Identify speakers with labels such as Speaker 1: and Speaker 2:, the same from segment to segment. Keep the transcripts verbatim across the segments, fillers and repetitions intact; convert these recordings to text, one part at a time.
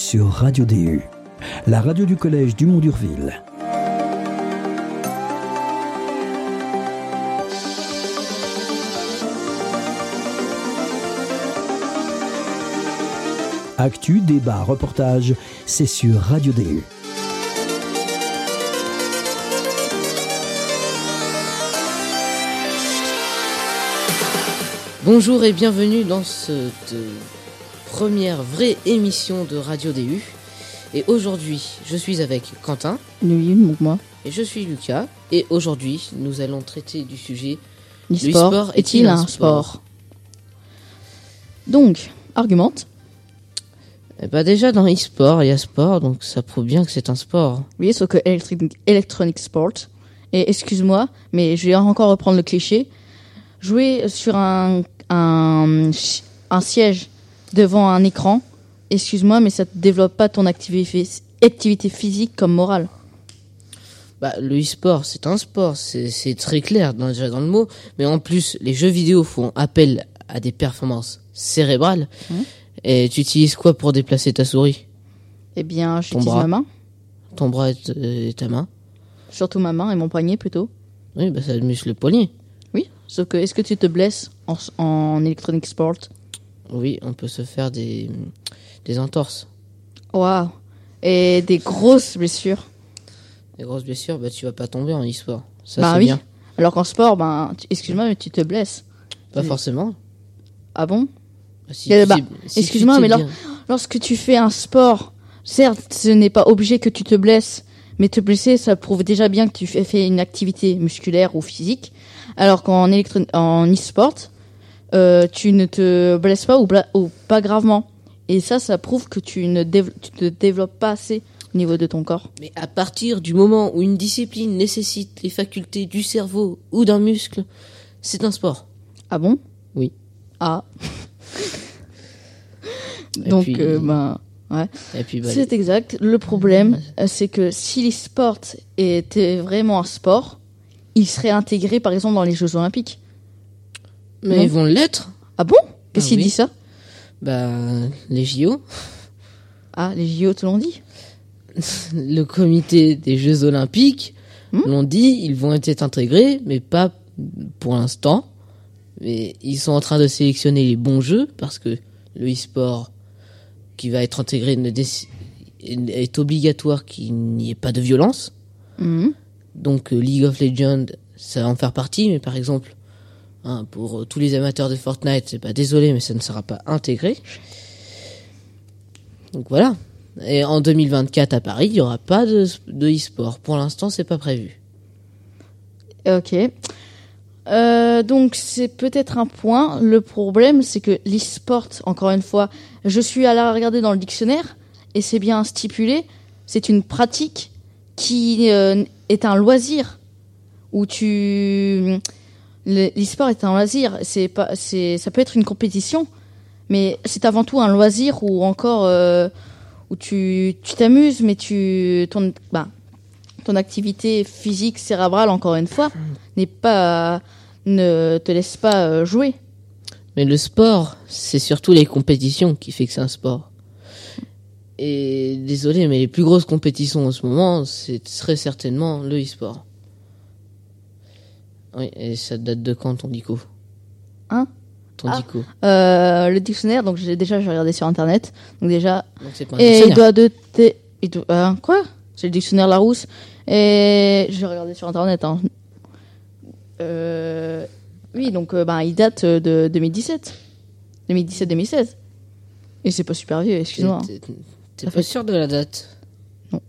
Speaker 1: sur Radio D U, la radio du collège du Mont d'Urville. Actu, débat, reportage, c'est sur Radio D U.
Speaker 2: Bonjour et bienvenue dans cette première vraie émission de Radio D U. Et aujourd'hui, je suis avec Quentin.
Speaker 3: Oui, donc moi.
Speaker 2: Et je suis Lucas. Et aujourd'hui, nous allons traiter du sujet
Speaker 3: l'e-sport,
Speaker 2: le e-sport
Speaker 3: est-il un sport, sport Donc, argumente.
Speaker 2: Eh ben déjà, dans e-sport, il y a sport, donc ça prouve bien que c'est un sport.
Speaker 3: Oui, sauf que Electronic, Electronic Sport. Et excuse-moi, mais je vais encore reprendre le cliché. Jouer sur un, un, un siège devant un écran, excuse-moi, mais ça ne développe pas ton activité, activité physique comme morale.
Speaker 2: Bah, le e-sport, c'est un sport, c'est, c'est très clair dans, déjà dans le mot, mais en plus, les jeux vidéo font appel à des performances cérébrales. Mmh. Et tu utilises quoi pour déplacer ta souris ?
Speaker 3: Eh bien, j'utilise ma main.
Speaker 2: Ton bras et, t- et ta main ?
Speaker 3: Surtout ma main et mon poignet plutôt.
Speaker 2: Oui, bah ça muscle le poignet.
Speaker 3: Oui, sauf que est-ce que tu te blesses en, en Electronic Sport ?
Speaker 2: Oui, on peut se faire des, des entorses.
Speaker 3: Waouh. Et des grosses blessures.
Speaker 2: Des grosses blessures, bah tu vas pas tomber en e-sport. Ça,
Speaker 3: bah
Speaker 2: c'est
Speaker 3: oui.
Speaker 2: bien.
Speaker 3: Alors qu'en sport, ben, tu, excuse-moi, mais tu te blesses.
Speaker 2: Pas forcément.
Speaker 3: Ah bon ?
Speaker 2: Bah, si,
Speaker 3: bah,
Speaker 2: si,
Speaker 3: excuse-moi,
Speaker 2: si
Speaker 3: mais lors, lorsque tu fais un sport, certes, ce n'est pas obligé que tu te blesses, mais te blesser, ça prouve déjà bien que tu fais, fais une activité musculaire ou physique. Alors qu'en électron- en e-sport, euh, tu ne te blesses pas ou, bla- ou pas gravement. Et ça, ça prouve que tu ne dév- tu te développes pas assez au niveau de ton corps.
Speaker 2: Mais à partir du moment où une discipline nécessite les facultés du cerveau ou d'un muscle, c'est un sport.
Speaker 3: Ah bon ?
Speaker 2: Oui.
Speaker 3: Ah. Donc,
Speaker 2: puis,
Speaker 3: euh, ben, ouais.
Speaker 2: Et puis, bah,
Speaker 3: c'est
Speaker 2: les...
Speaker 3: exact. Le problème, c'est que si l'e-sport était vraiment un sport, il serait intégré, par exemple, dans les Jeux Olympiques.
Speaker 2: Mais
Speaker 3: non ?
Speaker 2: Ils vont l'être.
Speaker 3: Ah bon ? Qu'est-ce
Speaker 2: ah,
Speaker 3: qu'il
Speaker 2: oui.
Speaker 3: dit ça ?
Speaker 2: Bah, les J O.
Speaker 3: Ah, les J O te l'ont dit ?
Speaker 2: Le comité des Jeux Olympiques hmm l'ont dit, ils vont être intégrés, mais pas pour l'instant. Mais ils sont en train de sélectionner les bons jeux, parce que le e-sport qui va être intégré ne déc... est obligatoire qu'il n'y ait pas de violence.
Speaker 3: Mmh.
Speaker 2: Donc euh, League of Legends, ça va en faire partie, mais par exemple, hein, pour euh, tous les amateurs de Fortnite, c'est pas désolé, mais ça ne sera pas intégré. Donc voilà. Et en deux mille vingt-quatre à Paris, il n'y aura pas de, de e-sport. Pour l'instant, c'est pas prévu.
Speaker 3: Ok. Euh, donc c'est peut-être un point. Le problème, c'est que l'e-sport, encore une fois, je suis allé regarder dans le dictionnaire et c'est bien stipulé. C'est une pratique qui euh, est un loisir où tu l'e-sport est un loisir. C'est pas, c'est, ça peut être une compétition, mais c'est avant tout un loisir ou encore euh, où tu, tu t'amuses, mais tu ton bah ton activité physique cérébrale, encore une fois, n'est pas ne te laisse pas jouer.
Speaker 2: Mais le sport, c'est surtout les compétitions qui fait que c'est un sport. Et désolé, mais les plus grosses compétitions en ce moment, c'est très certainement le e-sport. Oui, et ça date de quand ton dico ?
Speaker 3: Hein ?
Speaker 2: Ton
Speaker 3: ah,
Speaker 2: dico.
Speaker 3: Euh, le dictionnaire, donc j'ai déjà j'ai regardé sur internet. Donc déjà.
Speaker 2: Donc c'est pas un
Speaker 3: et
Speaker 2: dictionnaire.
Speaker 3: il doit de t- il doit, euh, quoi ? C'est le dictionnaire Larousse. Et j'ai regardé sur internet. Hein. Euh, oui, donc euh, ben il date de deux mille dix-sept, deux mille dix-sept deux mille seize. Et c'est pas super vieux, excuse-moi.
Speaker 2: T'es, t'es, t'es pas fait... sûr de la date ?
Speaker 3: Non.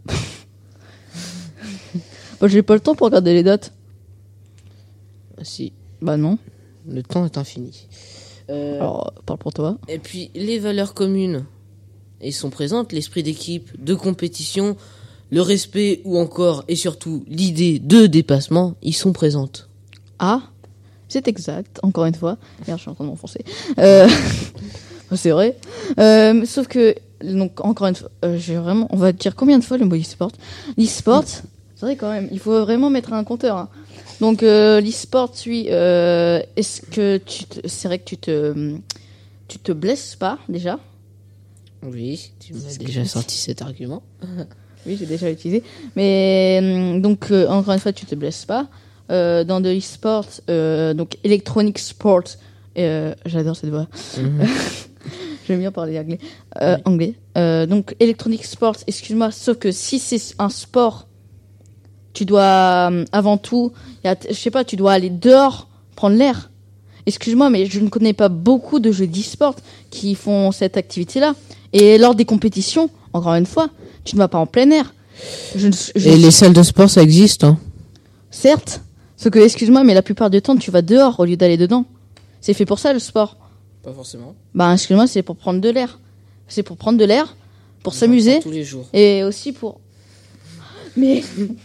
Speaker 3: Bah, j'ai pas le temps pour regarder les dates.
Speaker 2: Ah, si.
Speaker 3: Bah non.
Speaker 2: Le temps est infini.
Speaker 3: Euh, Alors, parle pour toi.
Speaker 2: Et puis, les valeurs communes, elles sont présentes, l'esprit d'équipe, de compétition, le respect ou encore, et surtout, l'idée de dépassement, ils sont présentes.
Speaker 3: Ah, c'est exact, encore une fois. Merde, je suis en train de m'enfoncer. Euh, c'est vrai. Euh, sauf que, donc, encore une fois, euh, j'ai vraiment, on va dire combien de fois le mot e-sport ? L'e-sport, c'est vrai quand même, il faut vraiment mettre un compteur. Hein. Donc, euh, l'e-sport, oui, euh, est-ce que tu te, c'est vrai que tu te, tu te blesses pas, déjà ?
Speaker 2: Oui, tu m'as déjà sorti cet argument.
Speaker 3: Oui, j'ai déjà utilisé. Mais euh, donc, euh, encore une fois, tu te blesses pas. Euh, dans de l'e-sport, euh, donc Electronic Sport, euh, j'adore cette voix. Mm-hmm. J'aime bien parler anglais. Euh, oui. Anglais. Euh, donc, Electronic Sport, excuse-moi, sauf que si c'est un sport, tu dois, euh, avant tout, y a, je sais pas, tu dois aller dehors, prendre l'air. Excuse-moi, mais je ne connais pas beaucoup de jeux d'e-sport qui font cette activité-là. Et lors des compétitions, encore une fois, tu ne vas pas en plein air. Je, je,
Speaker 2: Et les salles de sport, ça existe, hein.
Speaker 3: Certes. Sauf que, excuse-moi, mais la plupart du temps, tu vas dehors au lieu d'aller dedans. C'est fait pour ça, le sport.
Speaker 2: Pas forcément.
Speaker 3: Bah, excuse-moi, c'est pour prendre de l'air. C'est pour prendre de l'air, pour s'amuser.
Speaker 2: Tous les jours.
Speaker 3: Et aussi pour... Mais...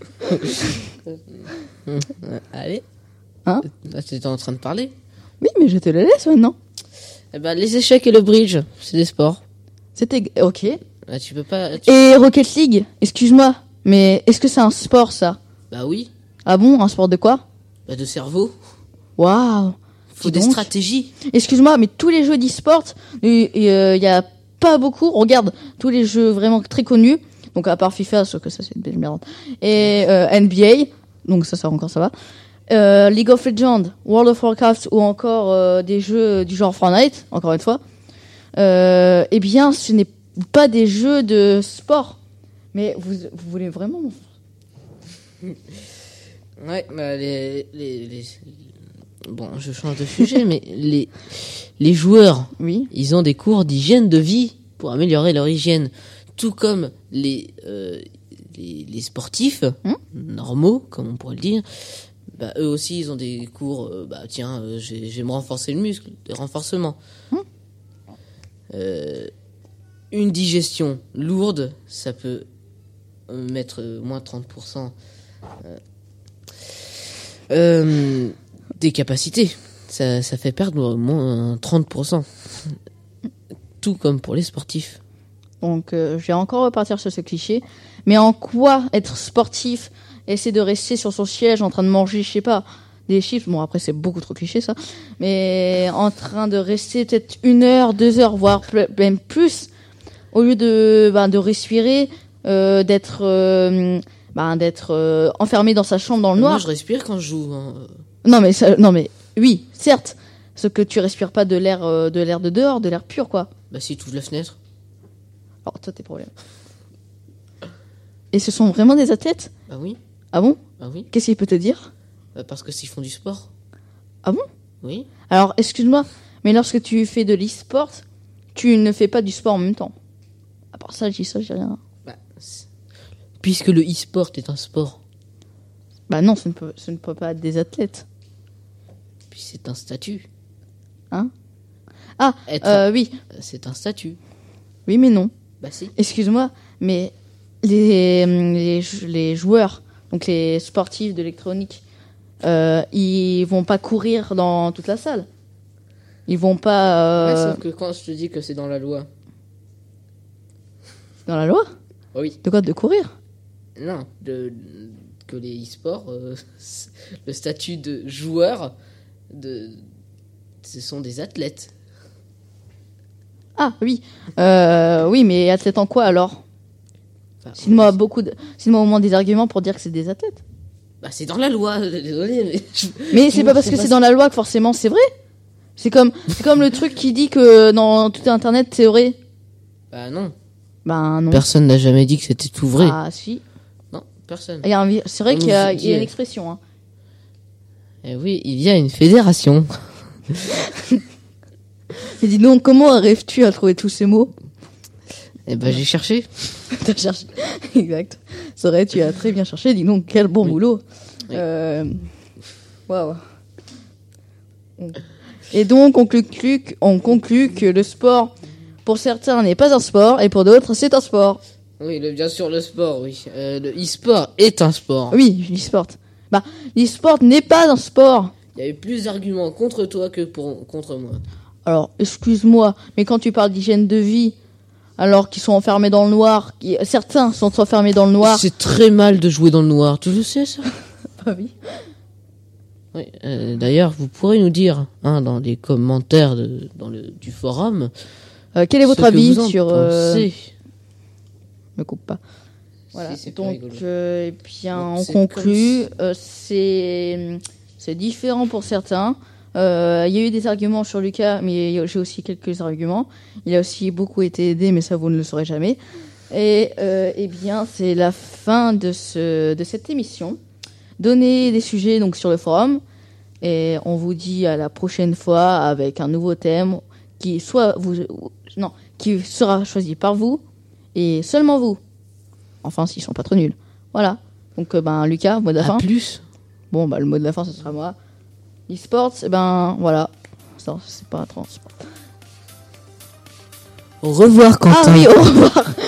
Speaker 2: Allez.
Speaker 3: Hein?
Speaker 2: Là, tu étais en train de parler.
Speaker 3: Oui, mais je te le laisse maintenant.
Speaker 2: Eh ben, les échecs et le bridge, c'est des sports.
Speaker 3: C'était... Ok.
Speaker 2: Bah, tu peux pas... Tu...
Speaker 3: Et Rocket League, excuse-moi, mais est-ce que c'est un sport, ça?
Speaker 2: Bah oui.
Speaker 3: Ah bon, un sport de quoi?
Speaker 2: Bah, de cerveau.
Speaker 3: Waouh.
Speaker 2: Faut des stratégies.
Speaker 3: Excuse-moi, mais tous les jeux d'e-sport, il euh, y a pas beaucoup. Regarde, tous les jeux vraiment très connus, donc à part FIFA, sauf que ça c'est une belle merde, et euh, N B A, donc ça, ça encore ça va. Euh, League of Legends, World of Warcraft ou encore euh, des jeux du genre Fortnite, encore une fois. Euh, eh bien, ce n'est pas des jeux de sport. Mais vous, vous voulez vraiment...
Speaker 2: Ouais, bah les, les, les... Bon, je change de sujet, mais les, les joueurs,
Speaker 3: oui.
Speaker 2: Ils ont des cours d'hygiène de vie pour améliorer leur hygiène. Tout comme les, euh, les, les sportifs, hum? normaux, comme on pourrait le dire, bah, eux aussi, ils ont des cours, euh, bah tiens, euh, j'ai, j'ai me renforcer le muscle, des renforcements. Hum? Euh, une digestion lourde, ça peut mettre euh, moins trente pour cent euh, euh, des capacités. Ça, ça fait perdre moins trente pour cent. Tout comme pour les sportifs.
Speaker 3: Donc, euh, je vais encore repartir sur ce cliché. Mais en quoi être sportif, essayer de rester sur son siège en train de manger, je sais pas, des chiffres. Bon, après, c'est beaucoup trop cliché, ça. Mais en train de rester peut-être une heure, deux heures, voire même plus, au lieu de, ben, de respirer, euh, d'être, euh, ben, d'être euh, enfermé dans sa chambre dans le noir.
Speaker 2: Moi, je respire quand je joue. Hein.
Speaker 3: Non, mais ça, non, mais oui, certes. Sauf que tu respires pas de l'air, euh, de l'air de dehors, de l'air pur, quoi.
Speaker 2: Bah, si tu ouvres la fenêtre.
Speaker 3: Alors, toi, tes problèmes. Et ce sont vraiment des athlètes?
Speaker 2: Bah oui.
Speaker 3: Ah bon?
Speaker 2: Bah oui.
Speaker 3: Qu'est-ce qu'il peut te dire?
Speaker 2: Bah, parce que s'ils font du sport.
Speaker 3: Ah bon?
Speaker 2: Oui.
Speaker 3: Alors, excuse-moi, mais lorsque tu fais de l'e-sport, tu ne fais pas du sport en même temps. À part ça, je dis ça, je dis rien.
Speaker 2: Bah, puisque le e-sport est un sport.
Speaker 3: Bah non, ce ne peut, ce ne peut pas être des athlètes.
Speaker 2: Puis c'est un statut.
Speaker 3: Hein? Ah,
Speaker 2: Être
Speaker 3: euh, oui.
Speaker 2: C'est un statut.
Speaker 3: Oui, mais non.
Speaker 2: Bah si.
Speaker 3: Excuse-moi, mais les, les, les joueurs, donc les sportifs d'électronique, euh, ils vont pas courir dans toute la salle. Ils vont pas... Euh...
Speaker 2: Ouais, sauf que quand je te dis que c'est dans la loi.
Speaker 3: Dans la loi?
Speaker 2: Oui.
Speaker 3: De quoi? De courir?
Speaker 2: Non, de, que les e-sports, euh, le statut de joueur, de, ce sont des athlètes.
Speaker 3: Ah oui, euh, oui, mais athlète en quoi alors? Enfin, Cite-moi oui. beaucoup de, cite-moi au moins des arguments pour dire que c'est des athlètes.
Speaker 2: Bah c'est dans la loi, désolé. Mais, je...
Speaker 3: mais c'est pas parce que c'est dans la loi que forcément c'est vrai. C'est comme, c'est comme le truc qui dit que dans tout internet c'est vrai.
Speaker 2: Bah non.
Speaker 3: Bah non.
Speaker 2: Personne n'a jamais dit que c'était tout vrai.
Speaker 3: Ah si.
Speaker 2: Non, personne.
Speaker 3: Il y a un, c'est vrai On qu'il y a, il y a une expression. Hein.
Speaker 2: Eh oui, il y a une fédération.
Speaker 3: Et dis donc, comment arrives-tu à trouver tous ces mots?
Speaker 2: Eh ben, j'ai cherché.
Speaker 3: T'as cherché. Exact. C'est vrai, tu as très bien cherché. Dis donc, quel bon oui. boulot. Oui. Euh... Waouh. Et donc, on conclut, on conclut que le sport, pour certains, n'est pas un sport, et pour d'autres, c'est un sport.
Speaker 2: Oui, le, bien sûr, le sport, oui. Euh, le e-sport est un sport.
Speaker 3: Oui, l'e-sport. Bah, l'e-sport n'est pas un sport.
Speaker 2: Il y a eu plus d'arguments contre toi que pour, contre moi.
Speaker 3: Alors, excuse-moi, mais quand tu parles d'hygiène de vie, alors qu'ils sont enfermés dans le noir, qui, certains sont enfermés dans le noir.
Speaker 2: C'est très mal de jouer dans le noir, tu le sais ça?
Speaker 3: Bah oui.
Speaker 2: Oui, euh, d'ailleurs, vous pourrez nous dire, hein, dans les commentaires de, dans le, du forum,
Speaker 3: Euh, quel est votre
Speaker 2: Ce que
Speaker 3: avis
Speaker 2: vous en
Speaker 3: sur euh,
Speaker 2: pensez.
Speaker 3: me coupe pas. Voilà.
Speaker 2: Si, c'est pas
Speaker 3: Donc,
Speaker 2: rigolo.
Speaker 3: euh, eh bien,
Speaker 2: Donc,
Speaker 3: on
Speaker 2: c'est
Speaker 3: conclut.
Speaker 2: comme
Speaker 3: Euh, c'est c'est différent pour certains. Euh, Il y a eu des arguments sur Lucas, mais j'ai aussi quelques arguments. Il a aussi beaucoup été aidé, mais ça vous ne le saurez jamais. Et euh, eh bien, c'est la fin de ce de cette émission. Donnez des sujets donc sur le forum, et on vous dit à la prochaine fois avec un nouveau thème qui soit vous non qui sera choisi par vous et seulement vous. Enfin, s'ils sont pas trop nuls. Voilà. Donc, euh, ben, Lucas, mot de la
Speaker 2: À
Speaker 3: fin.
Speaker 2: plus.
Speaker 3: Bon, bah, le mot de la fin, ce sera moi. E-sports, eh ben, voilà. Ça, c'est pas trop.
Speaker 2: Au revoir, Quentin.
Speaker 3: Ah oui, au revoir.